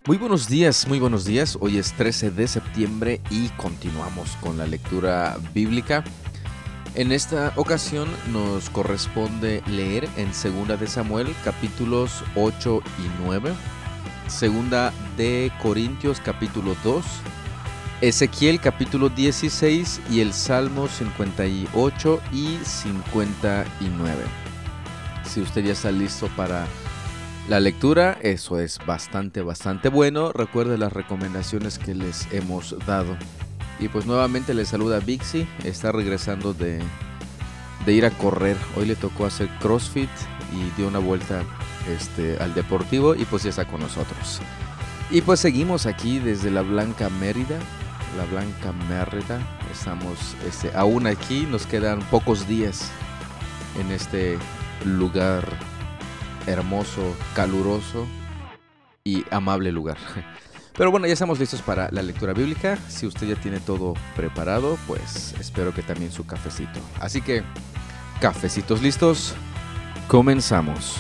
Muy buenos días, muy buenos días. Hoy es 13 de septiembre y continuamos con la lectura bíblica. En esta ocasión nos corresponde leer en Segunda de Samuel capítulos 8 y 9, Segunda de Corintios capítulo 2, Ezequiel capítulo 16 y el Salmo 58 y 59. Si usted ya está listo para la lectura, eso es bastante bueno. Recuerde las recomendaciones que les hemos dado. Y pues nuevamente le saluda Vixi. Está regresando de ir a correr. Hoy le tocó hacer CrossFit y dio una vuelta al deportivo y pues ya está con nosotros. Y pues seguimos aquí desde la Blanca Mérida. Estamos aún aquí. Nos quedan pocos días en este lugar hermoso, caluroso y amable lugar. Pero bueno, ya estamos listos para la lectura bíblica. Si usted ya tiene todo preparado, pues espero que también su cafecito. Así que, cafecitos listos, comenzamos.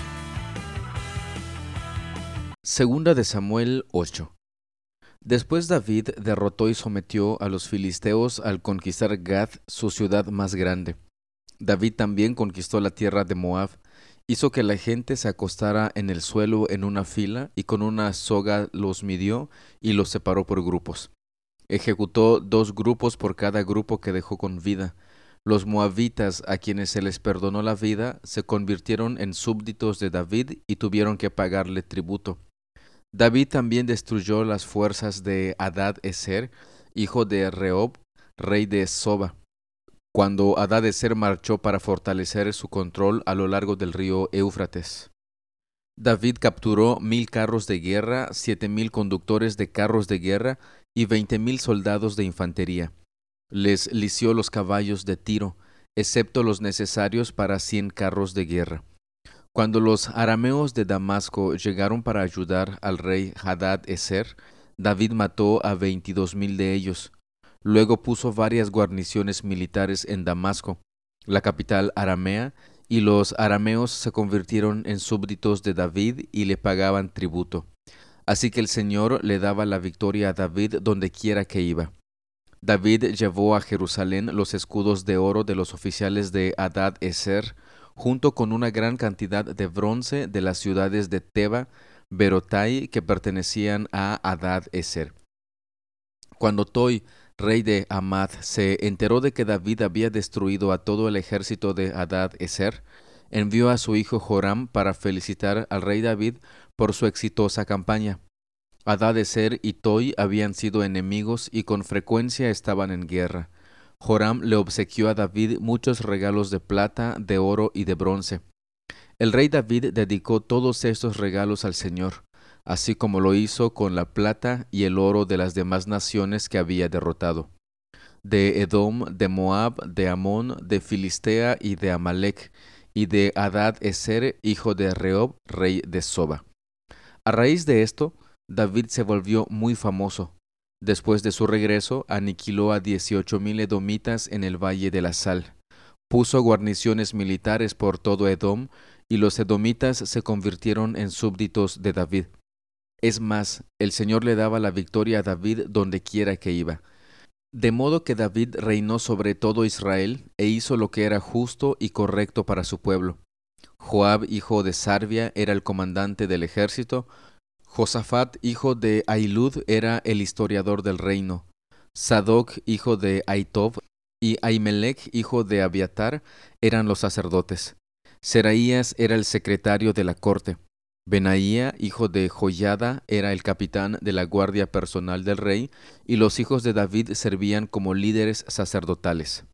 Segunda de Samuel 8. Después David derrotó y sometió a los filisteos al conquistar Gad, su ciudad más grande. David también conquistó la tierra de Moab. Hizo que la gente se acostara en el suelo en una fila y con una soga los midió y los separó por grupos. Ejecutó 2 grupos por cada grupo que dejó con vida. Los moabitas, a quienes se les perdonó la vida, se convirtieron en súbditos de David y tuvieron que pagarle tributo. David también destruyó las fuerzas de Hadad-ezer, hijo de Rehob, rey de Soba, cuando Hadad-ezer marchó para fortalecer su control a lo largo del río Éufrates. David capturó 1,000 carros de guerra, 7,000 conductores de carros de guerra y 20,000 soldados de infantería. Les lició los caballos de Tiro, excepto los necesarios para 100 carros de guerra. Cuando los arameos de Damasco llegaron para ayudar al rey Hadad-ezer, David mató a 22,000 de ellos. Luego puso varias guarniciones militares en Damasco, la capital aramea, y los arameos se convirtieron en súbditos de David y le pagaban tributo. Así que el Señor le daba la victoria a David donde quiera que iba. David llevó a Jerusalén los escudos de oro de los oficiales de Hadad-ezer, junto con una gran cantidad de bronce de las ciudades de Teba, Berotai, que pertenecían a Hadad-ezer. Cuando Toi, rey de Hamad, se enteró de que David había destruido a todo el ejército de Hadad-ezer, envió a su hijo Joram para felicitar al rey David por su exitosa campaña. Hadad-ezer y Toi habían sido enemigos y con frecuencia estaban en guerra. Joram le obsequió a David muchos regalos de plata, de oro y de bronce. El rey David dedicó todos estos regalos al Señor, así como lo hizo con la plata y el oro de las demás naciones que había derrotado, de Edom, de Moab, de Amón, de Filistea y de Amalec, y de Hadad-ezer, hijo de Rehob, rey de Soba. A raíz de esto, David se volvió muy famoso. Después de su regreso, aniquiló a 18,000 edomitas en el Valle de la Sal. Puso guarniciones militares por todo Edom, y los edomitas se convirtieron en súbditos de David. Es más, el Señor le daba la victoria a David donde quiera que iba. De modo que David reinó sobre todo Israel e hizo lo que era justo y correcto para su pueblo. Joab, hijo de Sarvia, era el comandante del ejército. Josafat, hijo de Ahilud, era el historiador del reino. Sadoc, hijo de Ahitob, y Ahimelech, hijo de Abiatar, eran los sacerdotes. Seraías era el secretario de la corte. Benaía, hijo de Joiada, era el capitán de la guardia personal del rey, y los hijos de David servían como líderes sacerdotales.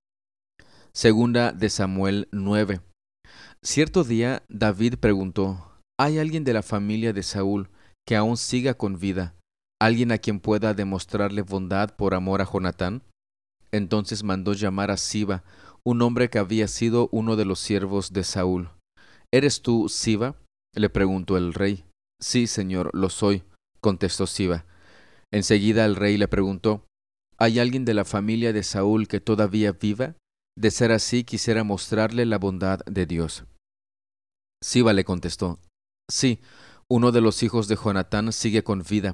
Segunda de Samuel 9. Cierto día David preguntó: ¿Hay alguien de la familia de Saúl que aún siga con vida? ¿Alguien a quien pueda demostrarle bondad por amor a Jonatán? Entonces mandó llamar a Siba, un hombre que había sido uno de los siervos de Saúl. ¿Eres tú Siba?, le preguntó el rey. Sí, señor, lo soy, contestó Siba. Enseguida el rey le preguntó: ¿Hay alguien de la familia de Saúl que todavía viva? De ser así, quisiera mostrarle la bondad de Dios. Siba le contestó: Sí, uno de los hijos de Jonatán sigue con vida,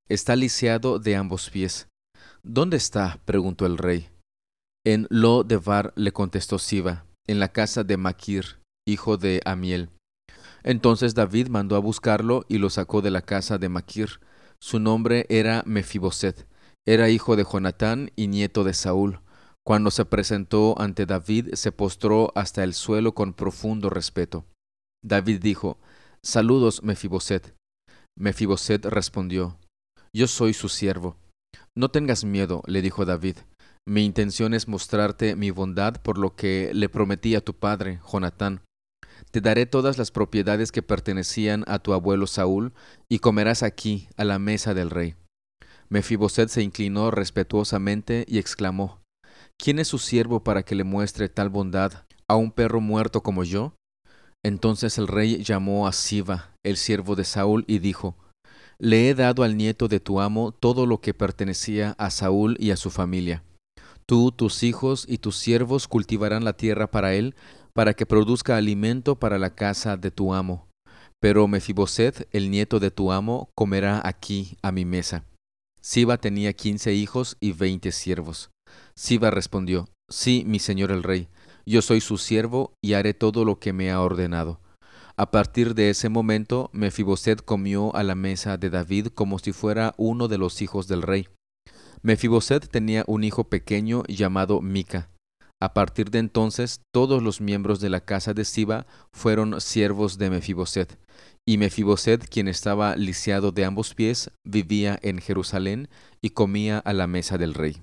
Está lisiado de ambos pies. ¿Dónde está? Preguntó el rey. En Lo Debar, le contestó Siba, en la casa de Maquir, hijo de Amiel. Entonces David mandó a buscarlo y lo sacó de la casa de Maquir. Su nombre era Mefiboset. Era hijo de Jonatán y nieto de Saúl. Cuando se presentó ante David, se postró hasta el suelo con profundo respeto. David dijo: Saludos, Mefiboset. Mefiboset respondió: Yo soy su siervo. No tengas miedo, le dijo David. Mi intención es mostrarte mi bondad por lo que le prometí a tu padre, Jonatán. Te daré todas las propiedades que pertenecían a tu abuelo Saúl, y comerás aquí, a la mesa del rey. Mefiboset se inclinó respetuosamente y exclamó: ¿Quién es su siervo para que le muestre tal bondad a un perro muerto como yo? Entonces el rey llamó a Siba, el siervo de Saúl, y dijo: Le he dado al nieto de tu amo todo lo que pertenecía a Saúl y a su familia. Tú, tus hijos y tus siervos cultivarán la tierra para él, para que produzca alimento para la casa de tu amo. Pero Mefiboset, el nieto de tu amo, comerá aquí a mi mesa. Siba tenía 15 hijos y 20 siervos. Siba respondió: Sí, mi señor el rey, yo soy su siervo y haré todo lo que me ha ordenado. A partir de ese momento, Mefiboset comió a la mesa de David como si fuera uno de los hijos del rey. Mefiboset tenía un hijo pequeño llamado Mica. A partir de entonces, todos los miembros de la casa de Siba fueron siervos de Mefiboset. Y Mefiboset, quien estaba lisiado de ambos pies, vivía en Jerusalén y comía a la mesa del rey.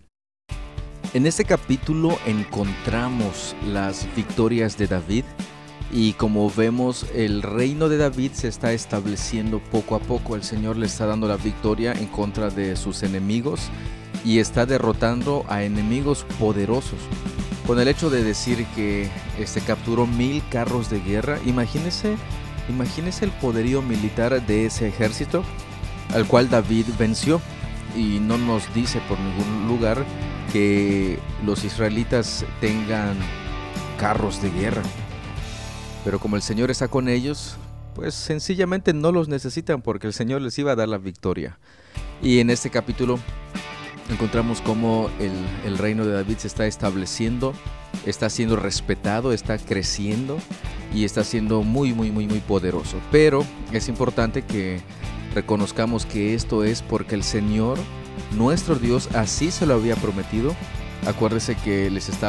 En este capítulo encontramos las victorias de David. Y como vemos, el reino de David se está estableciendo poco a poco. El Señor le está dando la victoria en contra de sus enemigos y está derrotando a enemigos poderosos. Con el hecho de decir que capturó 1000 carros de guerra, imagínese el poderío militar de ese ejército al cual David venció. Y no nos dice por ningún lugar que los israelitas tengan carros de guerra. Pero como el Señor está con ellos, pues sencillamente no los necesitan porque el Señor les iba a dar la victoria. Y en este capítulo encontramos cómo el reino de David se está estableciendo, está siendo respetado, está creciendo y está siendo muy poderoso. Pero es importante que reconozcamos que esto es porque el Señor, nuestro Dios, así se lo había prometido. Acuérdese que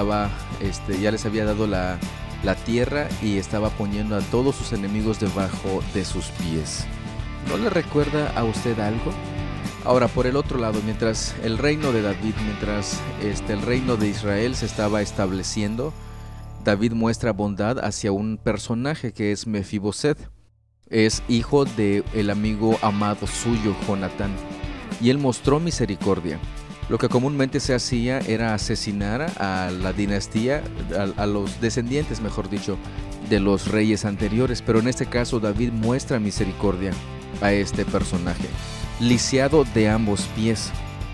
ya les había dado la tierra y estaba poniendo a todos sus enemigos debajo de sus pies. ¿No le recuerda a usted algo? Ahora, por el otro lado, mientras el reino de David, el reino de Israel se estaba estableciendo, David muestra bondad hacia un personaje que es Mefiboset. Es hijo de el amigo amado suyo, Jonatán, y él mostró misericordia. Lo que comúnmente se hacía era asesinar a la dinastía, a los descendientes, mejor dicho, de los reyes anteriores. Pero en este caso David muestra misericordia a este personaje, lisiado de ambos pies.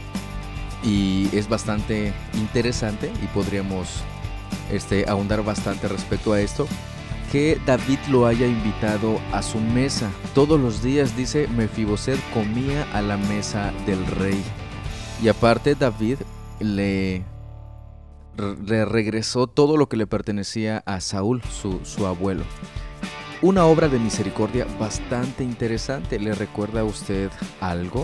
Y es bastante interesante y podríamos ahondar bastante respecto a esto, que David lo haya invitado a su mesa. Todos los días, dice, Mefiboset comía a la mesa del rey. Y aparte David le regresó todo lo que le pertenecía a Saúl, su abuelo. Una obra de misericordia bastante interesante. ¿Le recuerda a usted algo?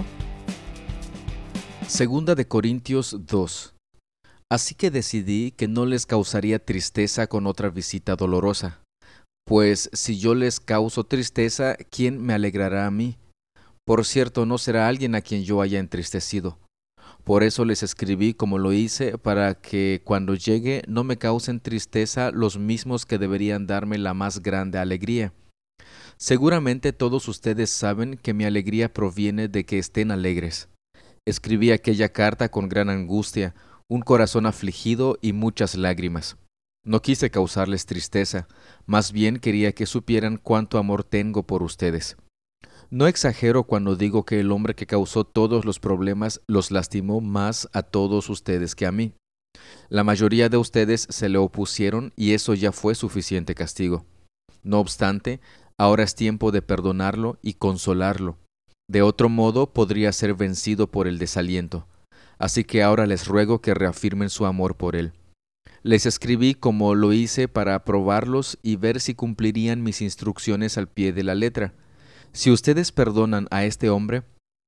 Segunda de Corintios 2. Así que decidí que no les causaría tristeza con otra visita dolorosa. Pues si yo les causo tristeza, ¿quién me alegrará a mí? Por cierto, no será alguien a quien yo haya entristecido. Por eso les escribí como lo hice, para que cuando llegue no me causen tristeza los mismos que deberían darme la más grande alegría. Seguramente todos ustedes saben que mi alegría proviene de que estén alegres. Escribí aquella carta con gran angustia, un corazón afligido y muchas lágrimas. No quise causarles tristeza, más bien quería que supieran cuánto amor tengo por ustedes. No exagero cuando digo que el hombre que causó todos los problemas los lastimó más a todos ustedes que a mí. La mayoría de ustedes se le opusieron y eso ya fue suficiente castigo. No obstante, ahora es tiempo de perdonarlo y consolarlo. De otro modo podría ser vencido por el desaliento. Así que ahora les ruego que reafirmen su amor por él. Les escribí como lo hice para probarlos y ver si cumplirían mis instrucciones al pie de la letra. Si ustedes perdonan a este hombre,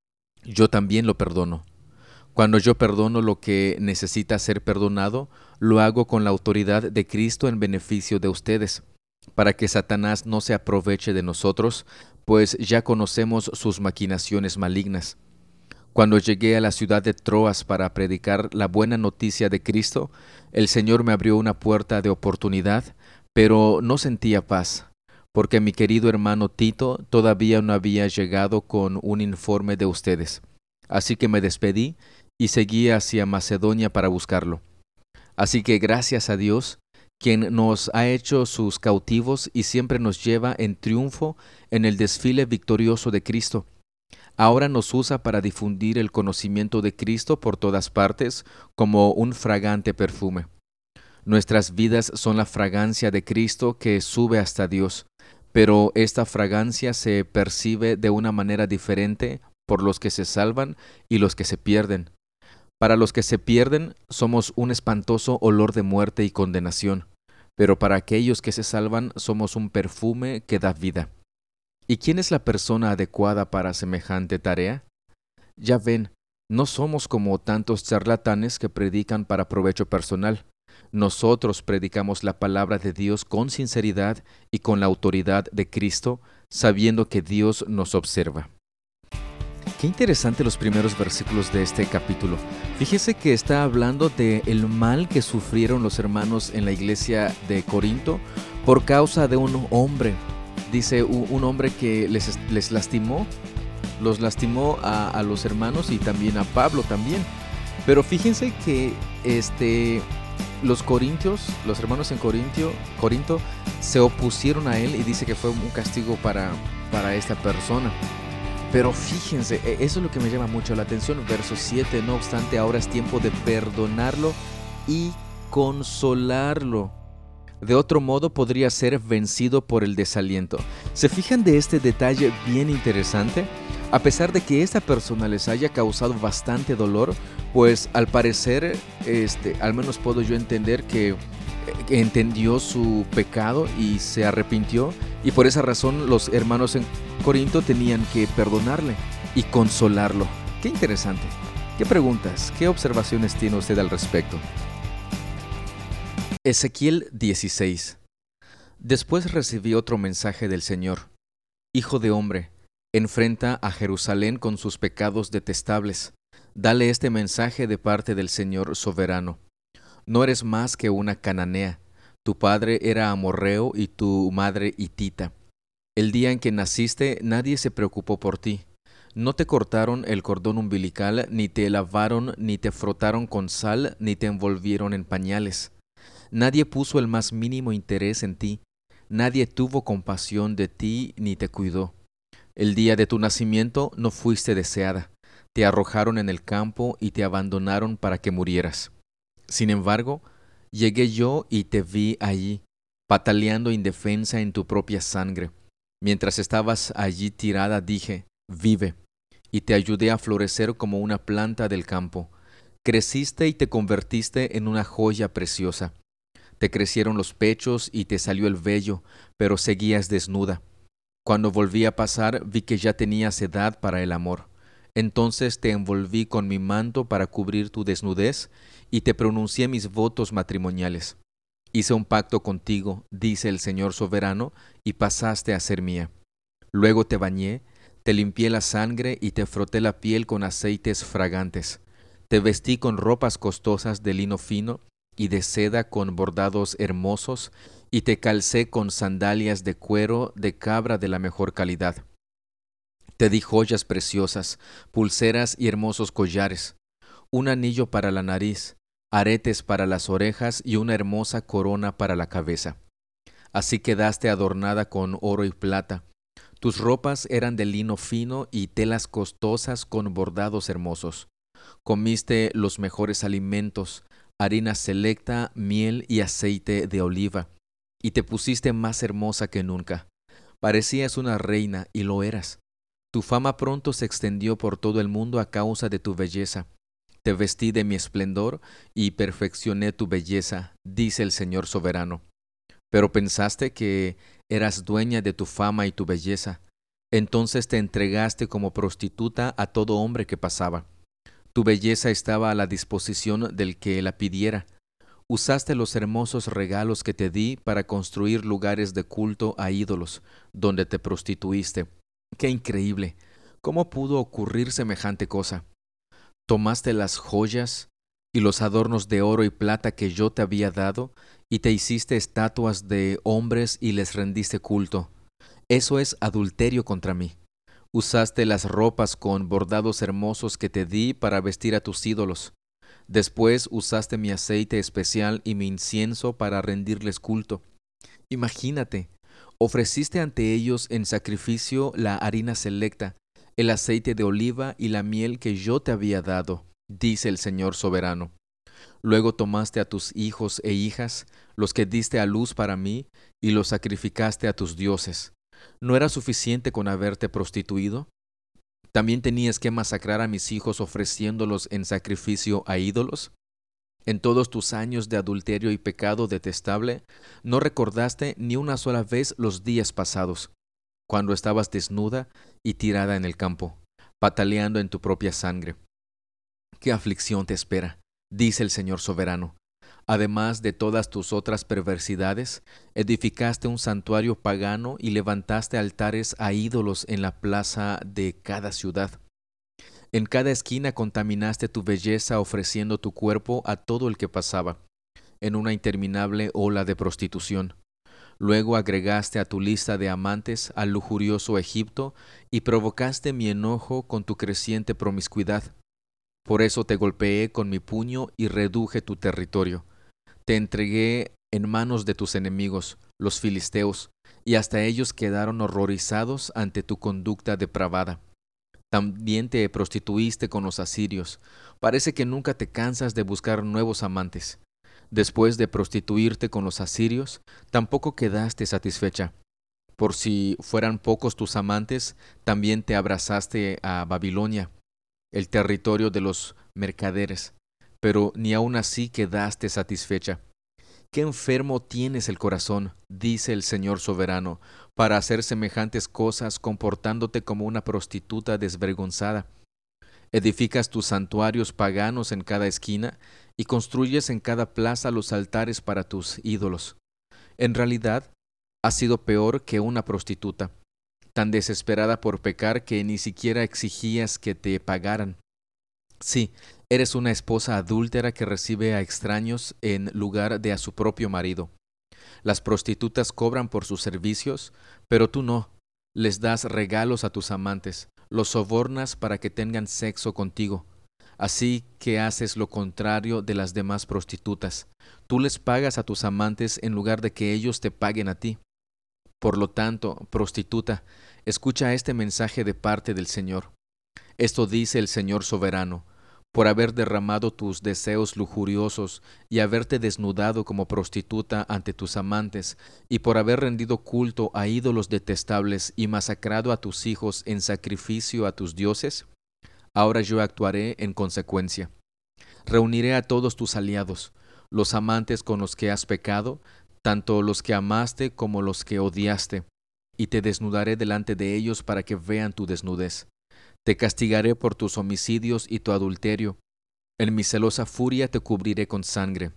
yo también lo perdono. Cuando yo perdono lo que necesita ser perdonado, lo hago con la autoridad de Cristo en beneficio de ustedes, para que Satanás no se aproveche de nosotros, pues ya conocemos sus maquinaciones malignas. Cuando llegué a la ciudad de Troas para predicar la buena noticia de Cristo, el Señor me abrió una puerta de oportunidad, pero no sentía paz, porque mi querido hermano Tito todavía no había llegado con un informe de ustedes. Así que me despedí y seguí hacia Macedonia para buscarlo. Así que gracias a Dios, quien nos ha hecho sus cautivos y siempre nos lleva en triunfo en el desfile victorioso de Cristo. Ahora nos usa para difundir el conocimiento de Cristo por todas partes como un fragante perfume. Nuestras vidas son la fragancia de Cristo que sube hasta Dios, pero esta fragancia se percibe de una manera diferente por los que se salvan y los que se pierden. Para los que se pierden somos un espantoso olor de muerte y condenación, pero para aquellos que se salvan somos un perfume que da vida. ¿Y quién es la persona adecuada para semejante tarea? Ya ven, no somos como tantos charlatanes que predican para provecho personal. Nosotros predicamos la palabra de Dios con sinceridad y con la autoridad de Cristo, sabiendo que Dios nos observa. Qué interesante los primeros versículos de este capítulo. Fíjese que está hablando de el mal que sufrieron los hermanos en la iglesia de Corinto por causa de un hombre. Dice un hombre que les lastimó, los lastimó a los hermanos y también a Pablo también. Pero fíjense que los corintios, los hermanos en Corinto, se opusieron a él y dice que fue un castigo para esta persona. Pero fíjense, eso es lo que me llama mucho la atención. Verso 7, no obstante, ahora es tiempo de perdonarlo y consolarlo. De otro modo podría ser vencido por el desaliento. ¿Se fijan de este detalle bien interesante? A pesar de que esta persona les haya causado bastante dolor, pues al parecer, al menos puedo yo entender que entendió su pecado y se arrepintió, y por esa razón los hermanos en Corinto tenían que perdonarle y consolarlo. Qué interesante. ¿Qué preguntas, qué observaciones tiene usted al respecto? Ezequiel 16. Después recibí otro mensaje del Señor. Hijo de hombre, enfrenta a Jerusalén con sus pecados detestables. Dale este mensaje de parte del Señor soberano. No eres más que una cananea. Tu padre era amorreo y tu madre hitita. El día en que naciste nadie se preocupó por ti. No te cortaron el cordón umbilical, ni te lavaron, ni te frotaron con sal, ni te envolvieron en pañales. Nadie puso el más mínimo interés en ti. Nadie tuvo compasión de ti ni te cuidó. El día de tu nacimiento no fuiste deseada. Te arrojaron en el campo y te abandonaron para que murieras. Sin embargo, llegué yo y te vi allí, pataleando indefensa en tu propia sangre. Mientras estabas allí tirada, dije, vive, y te ayudé a florecer como una planta del campo. Creciste y te convertiste en una joya preciosa. Te crecieron los pechos y te salió el vello, pero seguías desnuda. Cuando volví a pasar, vi que ya tenías edad para el amor. Entonces te envolví con mi manto para cubrir tu desnudez y te pronuncié mis votos matrimoniales. Hice un pacto contigo, dice el Señor soberano, y pasaste a ser mía. Luego te bañé, te limpié la sangre y te froté la piel con aceites fragantes. Te vestí con ropas costosas de lino fino y de seda con bordados hermosos, y te calcé con sandalias de cuero de cabra de la mejor calidad. Te di joyas preciosas, pulseras y hermosos collares, un anillo para la nariz, aretes para las orejas y una hermosa corona para la cabeza. Así quedaste adornada con oro y plata. Tus ropas eran de lino fino y telas costosas con bordados hermosos. Comiste los mejores alimentos, harina selecta, miel y aceite de oliva, y te pusiste más hermosa que nunca. Parecías una reina y lo eras. Tu fama pronto se extendió por todo el mundo a causa de tu belleza. Te vestí de mi esplendor y perfeccioné tu belleza, dice el Señor soberano. Pero pensaste que eras dueña de tu fama y tu belleza. Entonces te entregaste como prostituta a todo hombre que pasaba. Tu belleza estaba a la disposición del que la pidiera. Usaste los hermosos regalos que te di para construir lugares de culto a ídolos, donde te prostituiste. ¡Qué increíble! ¿Cómo pudo ocurrir semejante cosa? Tomaste las joyas y los adornos de oro y plata que yo te había dado, y te hiciste estatuas de hombres y les rendiste culto. Eso es adulterio contra mí. Usaste las ropas con bordados hermosos que te di para vestir a tus ídolos. Después usaste mi aceite especial y mi incienso para rendirles culto. Imagínate, ofreciste ante ellos en sacrificio la harina selecta, el aceite de oliva y la miel que yo te había dado, dice el Señor soberano. Luego tomaste a tus hijos e hijas, los que diste a luz para mí, y los sacrificaste a tus dioses. ¿No era suficiente con haberte prostituido? ¿También tenías que masacrar a mis hijos ofreciéndolos en sacrificio a ídolos? En todos tus años de adulterio y pecado detestable, no recordaste ni una sola vez los días pasados, cuando estabas desnuda y tirada en el campo, pataleando en tu propia sangre. ¿Qué aflicción te espera? Dice el Señor soberano. Además de todas tus otras perversidades, edificaste un santuario pagano y levantaste altares a ídolos en la plaza de cada ciudad. En cada esquina contaminaste tu belleza ofreciendo tu cuerpo a todo el que pasaba, en una interminable ola de prostitución. Luego agregaste a tu lista de amantes al lujurioso Egipto y provocaste mi enojo con tu creciente promiscuidad. Por eso te golpeé con mi puño y reduje tu territorio. Te entregué en manos de tus enemigos, los filisteos, y hasta ellos quedaron horrorizados ante tu conducta depravada. También te prostituiste con los asirios. Parece que nunca te cansas de buscar nuevos amantes. Después de prostituirte con los asirios, tampoco quedaste satisfecha. Por si fueran pocos tus amantes, también te abrazaste a Babilonia, el territorio de los mercaderes, pero ni aun así quedaste satisfecha. Qué enfermo tienes el corazón, dice el Señor soberano, para hacer semejantes cosas comportándote como una prostituta desvergonzada. Edificas tus santuarios paganos en cada esquina y construyes en cada plaza los altares para tus ídolos. En realidad, has sido peor que una prostituta, tan desesperada por pecar que ni siquiera exigías que te pagaran. Sí, eres una esposa adúltera que recibe a extraños en lugar de a su propio marido. Las prostitutas cobran por sus servicios, pero tú no. Les das regalos a tus amantes, los sobornas para que tengan sexo contigo. Así que haces lo contrario de las demás prostitutas. Tú les pagas a tus amantes en lugar de que ellos te paguen a ti. Por lo tanto, prostituta, escucha este mensaje de parte del Señor. Esto dice el Señor soberano: por haber derramado tus deseos lujuriosos y haberte desnudado como prostituta ante tus amantes, y por haber rendido culto a ídolos detestables y masacrado a tus hijos en sacrificio a tus dioses, ahora yo actuaré en consecuencia. Reuniré a todos tus aliados, los amantes con los que has pecado, tanto los que amaste como los que odiaste, y te desnudaré delante de ellos para que vean tu desnudez. Te castigaré por tus homicidios y tu adulterio. En mi celosa furia te cubriré con sangre.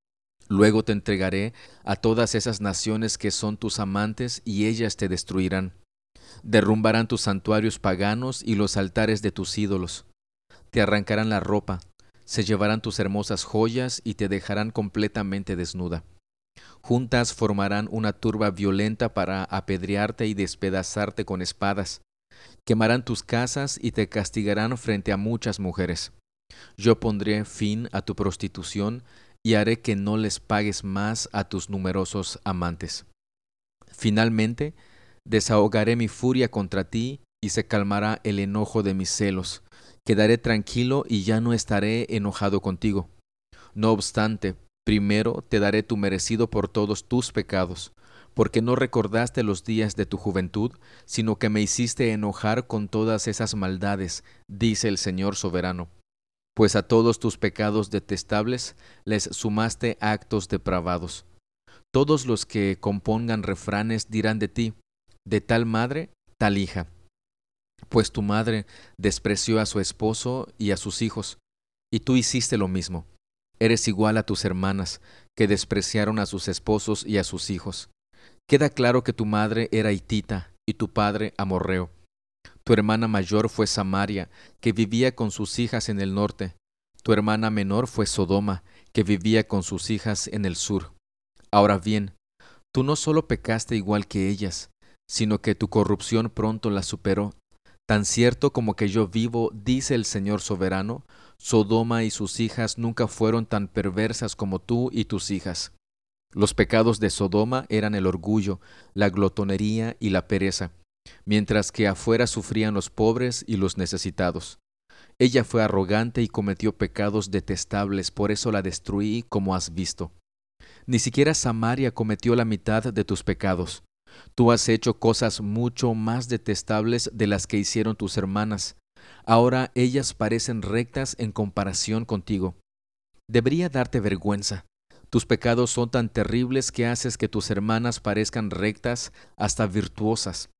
Luego te entregaré a todas esas naciones que son tus amantes y ellas te destruirán. Derrumbarán tus santuarios paganos y los altares de tus ídolos. Te arrancarán la ropa, se llevarán tus hermosas joyas y te dejarán completamente desnuda. Juntas formarán una turba violenta para apedrearte y despedazarte con espadas. Quemarán tus casas y te castigarán frente a muchas mujeres. Yo pondré fin a tu prostitución y haré que no les pagues más a tus numerosos amantes. Finalmente, desahogaré mi furia contra ti y se calmará el enojo de mis celos. Quedaré tranquilo y ya no estaré enojado contigo. No obstante, primero te daré tu merecido por todos tus pecados, porque no recordaste los días de tu juventud, sino que me hiciste enojar con todas esas maldades, dice el Señor soberano. Pues a todos tus pecados detestables les sumaste actos depravados. Todos los que compongan refranes dirán de ti, de tal madre, tal hija. Pues tu madre despreció a su esposo y a sus hijos, y tú hiciste lo mismo. Eres igual a tus hermanas, que despreciaron a sus esposos y a sus hijos. Queda claro que tu madre era hitita y tu padre amorreo. Tu hermana mayor fue Samaria, que vivía con sus hijas en el norte. Tu hermana menor fue Sodoma, que vivía con sus hijas en el sur. Ahora bien, tú no solo pecaste igual que ellas, sino que tu corrupción pronto las superó. Tan cierto como que yo vivo, dice el Señor soberano, Sodoma y sus hijas nunca fueron tan perversas como tú y tus hijas. Los pecados de Sodoma eran el orgullo, la glotonería y la pereza, mientras que afuera sufrían los pobres y los necesitados. Ella fue arrogante y cometió pecados detestables, por eso la destruí como has visto. Ni siquiera Samaria cometió la mitad de tus pecados. Tú has hecho cosas mucho más detestables de las que hicieron tus hermanas. Ahora ellas parecen rectas en comparación contigo. Debería darte vergüenza. Tus pecados son tan terribles que haces que tus hermanas parezcan rectas, hasta virtuosas.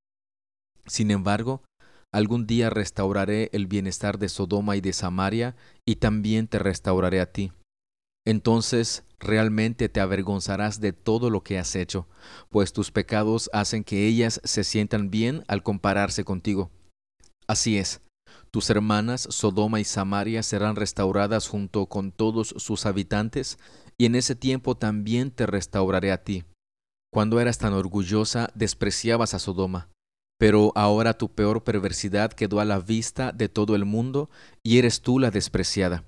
Sin embargo, algún día restauraré el bienestar de Sodoma y de Samaria, y también te restauraré a ti. Entonces realmente te avergonzarás de todo lo que has hecho, pues tus pecados hacen que ellas se sientan bien al compararse contigo. Así es, tus hermanas Sodoma y Samaria serán restauradas junto con todos sus habitantes, y en ese tiempo también te restauraré a ti. Cuando eras tan orgullosa, despreciabas a Sodoma, pero ahora tu peor perversidad quedó a la vista de todo el mundo, y eres tú la despreciada,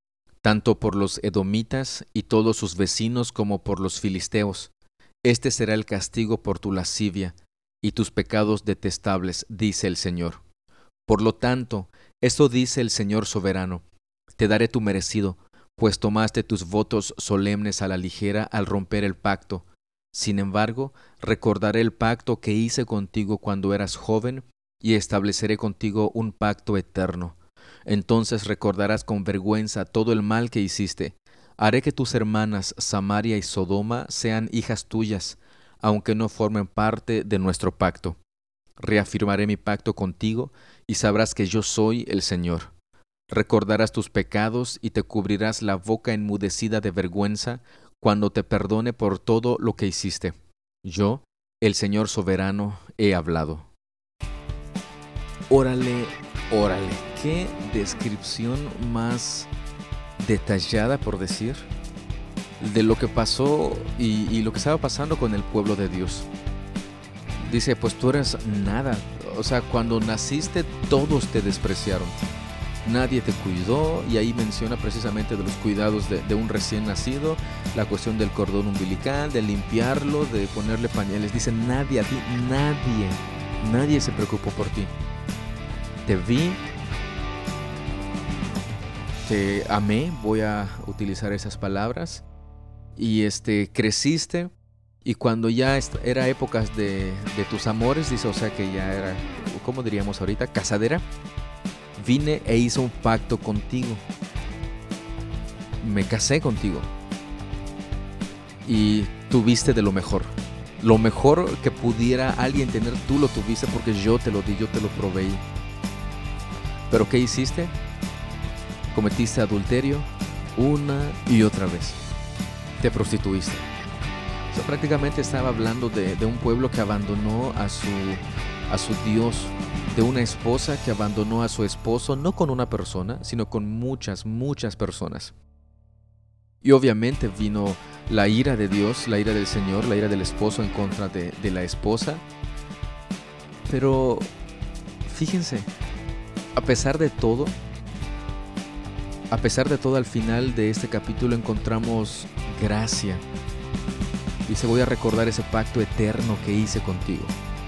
tanto por los edomitas y todos sus vecinos como por los filisteos. Este será el castigo por tu lascivia y tus pecados detestables, dice el Señor. Por lo tanto, esto dice el Señor soberano: te daré tu merecido, pues tomaste tus votos solemnes a la ligera al romper el pacto. Sin embargo, recordaré el pacto que hice contigo cuando eras joven, y estableceré contigo un pacto eterno. Entonces recordarás con vergüenza todo el mal que hiciste. Haré que tus hermanas Samaria y Sodoma sean hijas tuyas, aunque no formen parte de nuestro pacto. Reafirmaré mi pacto contigo, y sabrás que yo soy el Señor. Recordarás tus pecados y te cubrirás la boca enmudecida de vergüenza cuando te perdone por todo lo que hiciste. Yo, el Señor soberano, he hablado. Órale, órale, qué descripción más detallada, por decir, de lo que pasó y lo que estaba pasando con el pueblo de Dios. Dice, pues tú eres nada. O sea, cuando naciste todos te despreciaron. Nadie te cuidó, y ahí menciona precisamente de los cuidados de un recién nacido, la cuestión del cordón umbilical, de limpiarlo, de ponerle pañales. Dice, nadie a ti, nadie se preocupó por ti. Te vi, te amé, voy a utilizar esas palabras, y creciste, y cuando ya era épocas de tus amores, dice, o sea que ya era, ¿cómo diríamos ahorita? Casadera. Vine e hice un pacto contigo. Me casé contigo. Y tuviste de lo mejor. Lo mejor que pudiera alguien tener, tú lo tuviste porque yo te lo di, yo te lo proveí. ¿Pero qué hiciste? Cometiste adulterio una y otra vez. Te prostituiste. O sea, prácticamente estaba hablando de un pueblo que abandonó a su Dios, de una esposa que abandonó a su esposo, no con una persona, sino con muchas personas. Y obviamente vino la ira de Dios, la ira del Señor, la ira del esposo en contra de la esposa. Pero fíjense, a pesar de todo, al final de este capítulo encontramos gracia. Dice, voy a recordar ese pacto eterno que hice contigo.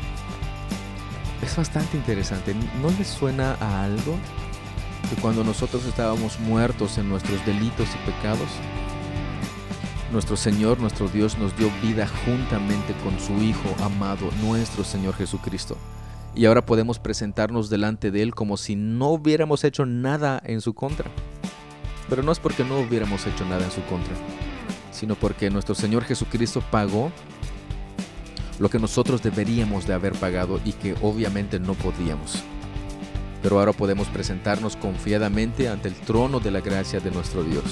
Es bastante interesante. ¿No les suena a algo? Que cuando nosotros estábamos muertos en nuestros delitos y pecados, Nuestro Señor, nuestro Dios, nos dio vida juntamente con su Hijo amado, nuestro Señor Jesucristo. Y ahora podemos presentarnos delante de Él como si no hubiéramos hecho nada en su contra. Pero no es porque no hubiéramos hecho nada en su contra, sino porque nuestro Señor Jesucristo pagó lo que nosotros deberíamos de haber pagado y que obviamente no podíamos. Pero ahora podemos presentarnos confiadamente ante el trono de la gracia de nuestro Dios.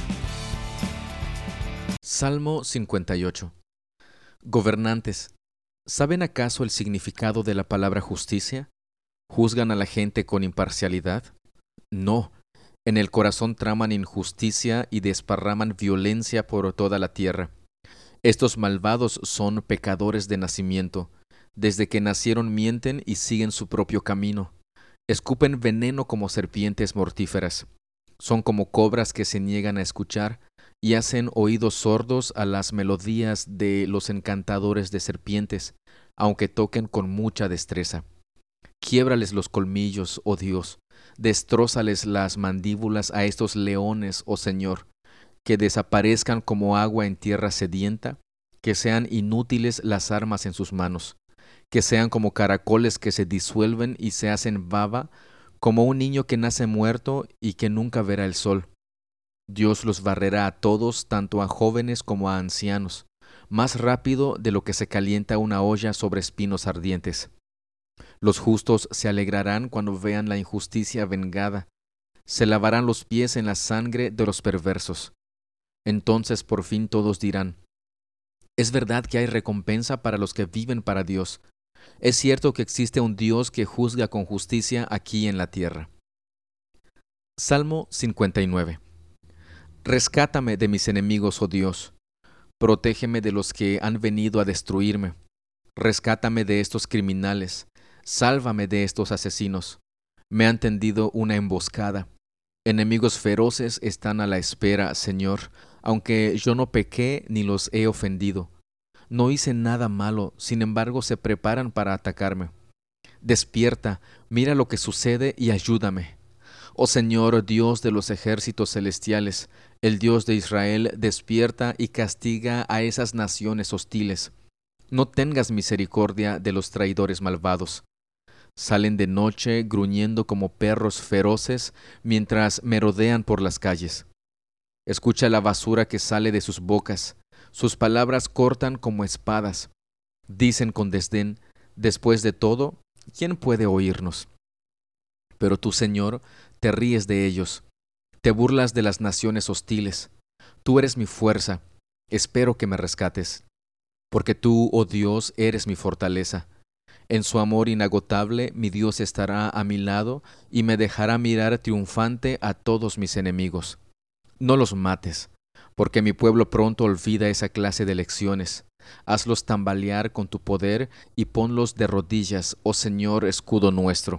Salmo 58. Gobernantes, ¿saben acaso el significado de la palabra justicia? ¿Juzgan a la gente con imparcialidad? No, en el corazón traman injusticia y desparraman violencia por toda la tierra. Estos malvados son pecadores de nacimiento. Desde que nacieron mienten y siguen su propio camino. Escupen veneno como serpientes mortíferas. Son como cobras que se niegan a escuchar y hacen oídos sordos a las melodías de los encantadores de serpientes, aunque toquen con mucha destreza. Quiébrales los colmillos, oh Dios, destrózales las mandíbulas a estos leones, oh Señor, que desaparezcan como agua en tierra sedienta, que sean inútiles las armas en sus manos, que sean como caracoles que se disuelven y se hacen baba, como un niño que nace muerto y que nunca verá el sol. Dios los barrerá a todos, tanto a jóvenes como a ancianos, más rápido de lo que se calienta una olla sobre espinos ardientes. Los justos se alegrarán cuando vean la injusticia vengada, se lavarán los pies en la sangre de los perversos. Entonces por fin todos dirán: es verdad que hay recompensa para los que viven para Dios. Es cierto que existe un Dios que juzga con justicia aquí en la tierra. Salmo 59. Rescátame de mis enemigos, oh Dios. Protégeme de los que han venido a destruirme. Rescátame de estos criminales. Sálvame de estos asesinos. Me han tendido una emboscada. Enemigos feroces están a la espera, Señor, aunque yo no pequé ni los he ofendido. No hice nada malo, sin embargo se preparan para atacarme. Despierta, mira lo que sucede y ayúdame. Oh Señor, Dios de los ejércitos celestiales, el Dios de Israel, despierta y castiga a esas naciones hostiles. No tengas misericordia de los traidores malvados. Salen de noche gruñendo como perros feroces mientras merodean por las calles. Escucha la basura que sale de sus bocas. Sus palabras cortan como espadas. Dicen con desdén: después de todo, ¿quién puede oírnos? Pero tú, Señor, te ríes de ellos. Te burlas de las naciones hostiles. Tú eres mi fuerza. Espero que me rescates. Porque tú, oh Dios, eres mi fortaleza. En su amor inagotable, mi Dios estará a mi lado y me dejará mirar triunfante a todos mis enemigos. No los mates, porque mi pueblo pronto olvida esa clase de lecciones. Hazlos tambalear con tu poder y ponlos de rodillas, oh Señor, escudo nuestro.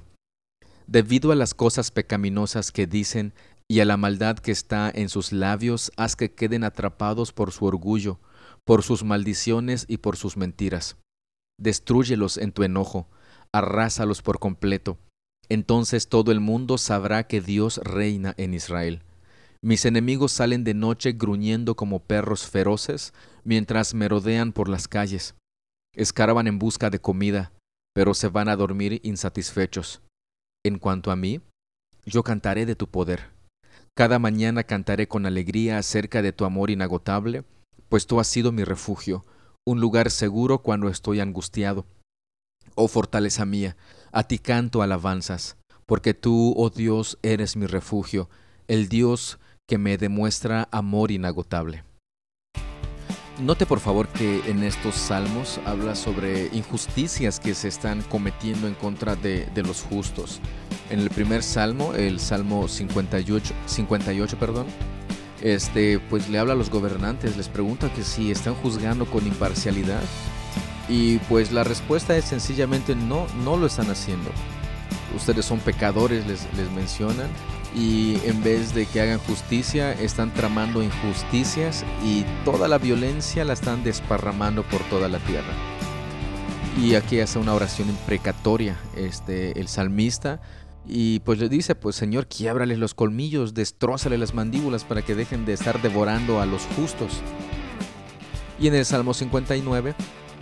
Debido a las cosas pecaminosas que dicen y a la maldad que está en sus labios, haz que queden atrapados por su orgullo, por sus maldiciones y por sus mentiras. Destrúyelos en tu enojo, arrásalos por completo. Entonces todo el mundo sabrá que Dios reina en Israel. Mis enemigos salen de noche gruñendo como perros feroces mientras merodean por las calles. Escarban en busca de comida, pero se van a dormir insatisfechos. En cuanto a mí, yo cantaré de tu poder. Cada mañana cantaré con alegría acerca de tu amor inagotable, pues tú has sido mi refugio, un lugar seguro cuando estoy angustiado. Oh fortaleza mía, a ti canto alabanzas, porque tú, oh Dios, eres mi refugio, el Dios que me demuestra amor inagotable. Note por favor que en estos salmos habla sobre injusticias que se están cometiendo en contra de los justos. En el primer salmo, el Salmo 58, pues le habla a los gobernantes, les pregunta que si están juzgando con imparcialidad, y pues la respuesta es sencillamente no lo están haciendo. Ustedes son pecadores, les mencionan, y en vez de que hagan justicia, están tramando injusticias y toda la violencia la están desparramando por toda la tierra. Y aquí hace una oración imprecatoria el salmista, y pues le dice: pues Señor, quiébrales los colmillos, destrózale las mandíbulas para que dejen de estar devorando a los justos. Y en el Salmo 59,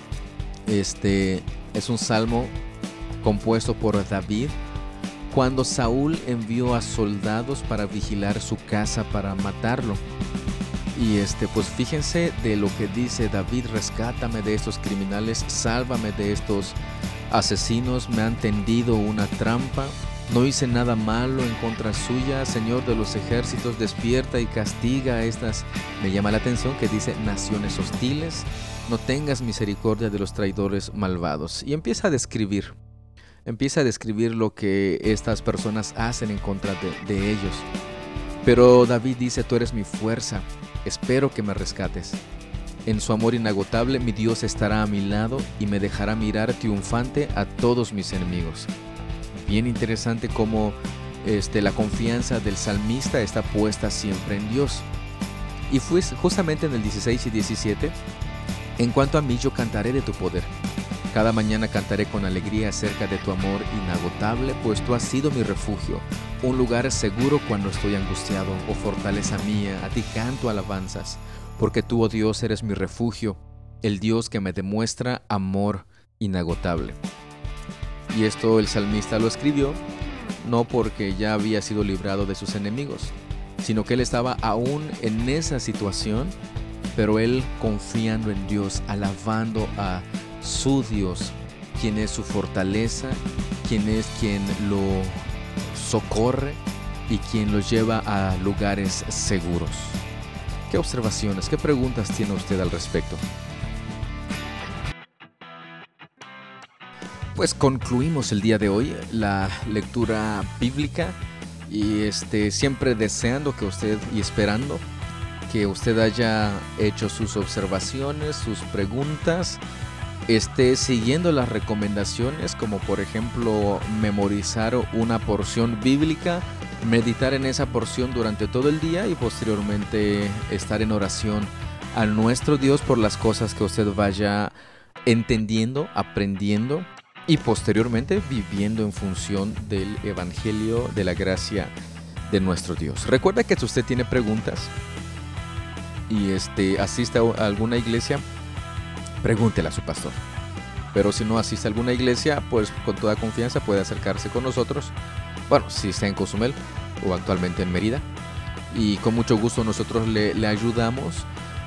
es un salmo compuesto por David cuando Saúl envió a soldados para vigilar su casa para matarlo. Y pues fíjense de lo que dice David: rescátame de estos criminales, sálvame de estos asesinos, me han tendido una trampa, no hice nada malo en contra suya, Señor de los ejércitos, despierta y castiga a estas, me llama la atención que dice, naciones hostiles, no tengas misericordia de los traidores malvados. Y empieza a describir lo que estas personas hacen en contra de ellos. Pero David dice: tú eres mi fuerza, espero que me rescates. En su amor inagotable mi Dios estará a mi lado y me dejará mirar triunfante a todos mis enemigos. Bien interesante cómo la confianza del salmista está puesta siempre en Dios. Y fue justamente en el 16 y 17: en cuanto a mí, yo cantaré de tu poder. Cada mañana cantaré con alegría acerca de tu amor inagotable, pues tú has sido mi refugio, un lugar seguro cuando estoy angustiado. Oh fortaleza mía, a ti canto alabanzas, porque tú, oh Dios, eres mi refugio, el Dios que me demuestra amor inagotable. Y esto el salmista lo escribió no porque ya había sido librado de sus enemigos, sino que él estaba aún en esa situación, pero él confiando en Dios, alabando a su Dios, quien es su fortaleza, quien lo socorre y quien lo lleva a lugares seguros. ¿Qué observaciones, qué preguntas tiene usted al respecto? Pues concluimos el día de hoy la lectura bíblica y siempre deseando que usted y esperando que usted haya hecho sus observaciones, sus preguntas, esté siguiendo las recomendaciones, como por ejemplo memorizar una porción bíblica, meditar en esa porción durante todo el día y posteriormente estar en oración a nuestro Dios por las cosas que usted vaya entendiendo, aprendiendo y posteriormente viviendo en función del Evangelio de la gracia de nuestro Dios. Recuerda que si usted tiene preguntas y asiste a alguna iglesia, pregúntele a su pastor. Pero si no asiste a alguna iglesia, pues con toda confianza puede acercarse con nosotros. Bueno, si está en Cozumel o actualmente en Mérida. Y con mucho gusto nosotros le ayudamos.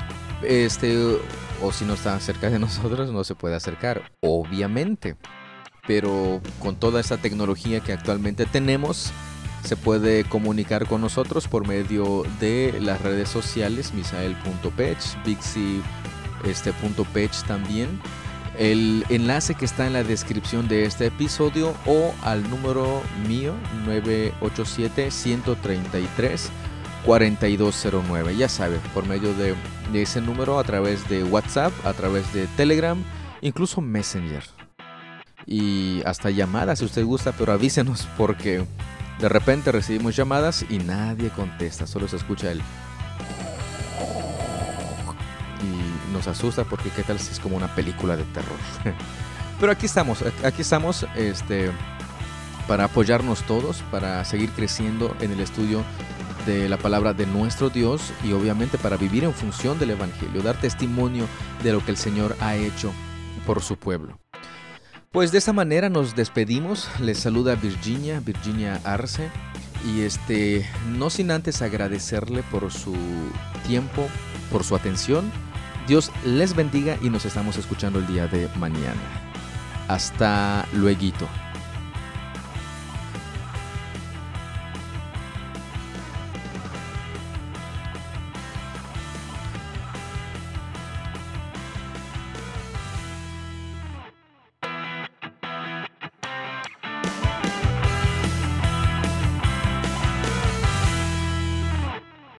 O si no está cerca de nosotros, no se puede acercar, obviamente. Pero con toda esta tecnología que actualmente tenemos, se puede comunicar con nosotros por medio de las redes sociales, misael.pech, Bixi.pech también. El enlace que está en la descripción de este episodio o al número mío 987-133-4209. Ya sabe, por medio de ese número, a través de WhatsApp, a través de Telegram, incluso Messenger. Y hasta llamadas si usted gusta, pero avísenos porque de repente recibimos llamadas y nadie contesta, solo se escucha el... y nos asusta porque qué tal si es como una película de terror. Pero aquí estamos para apoyarnos todos, para seguir creciendo en el estudio de la palabra de nuestro Dios y obviamente para vivir en función del Evangelio, dar testimonio de lo que el Señor ha hecho por su pueblo. Pues de esta manera nos despedimos. Les saluda Virginia Arce y no sin antes agradecerle por su tiempo, por su atención. Dios les bendiga y nos estamos escuchando el día de mañana. Hasta lueguito.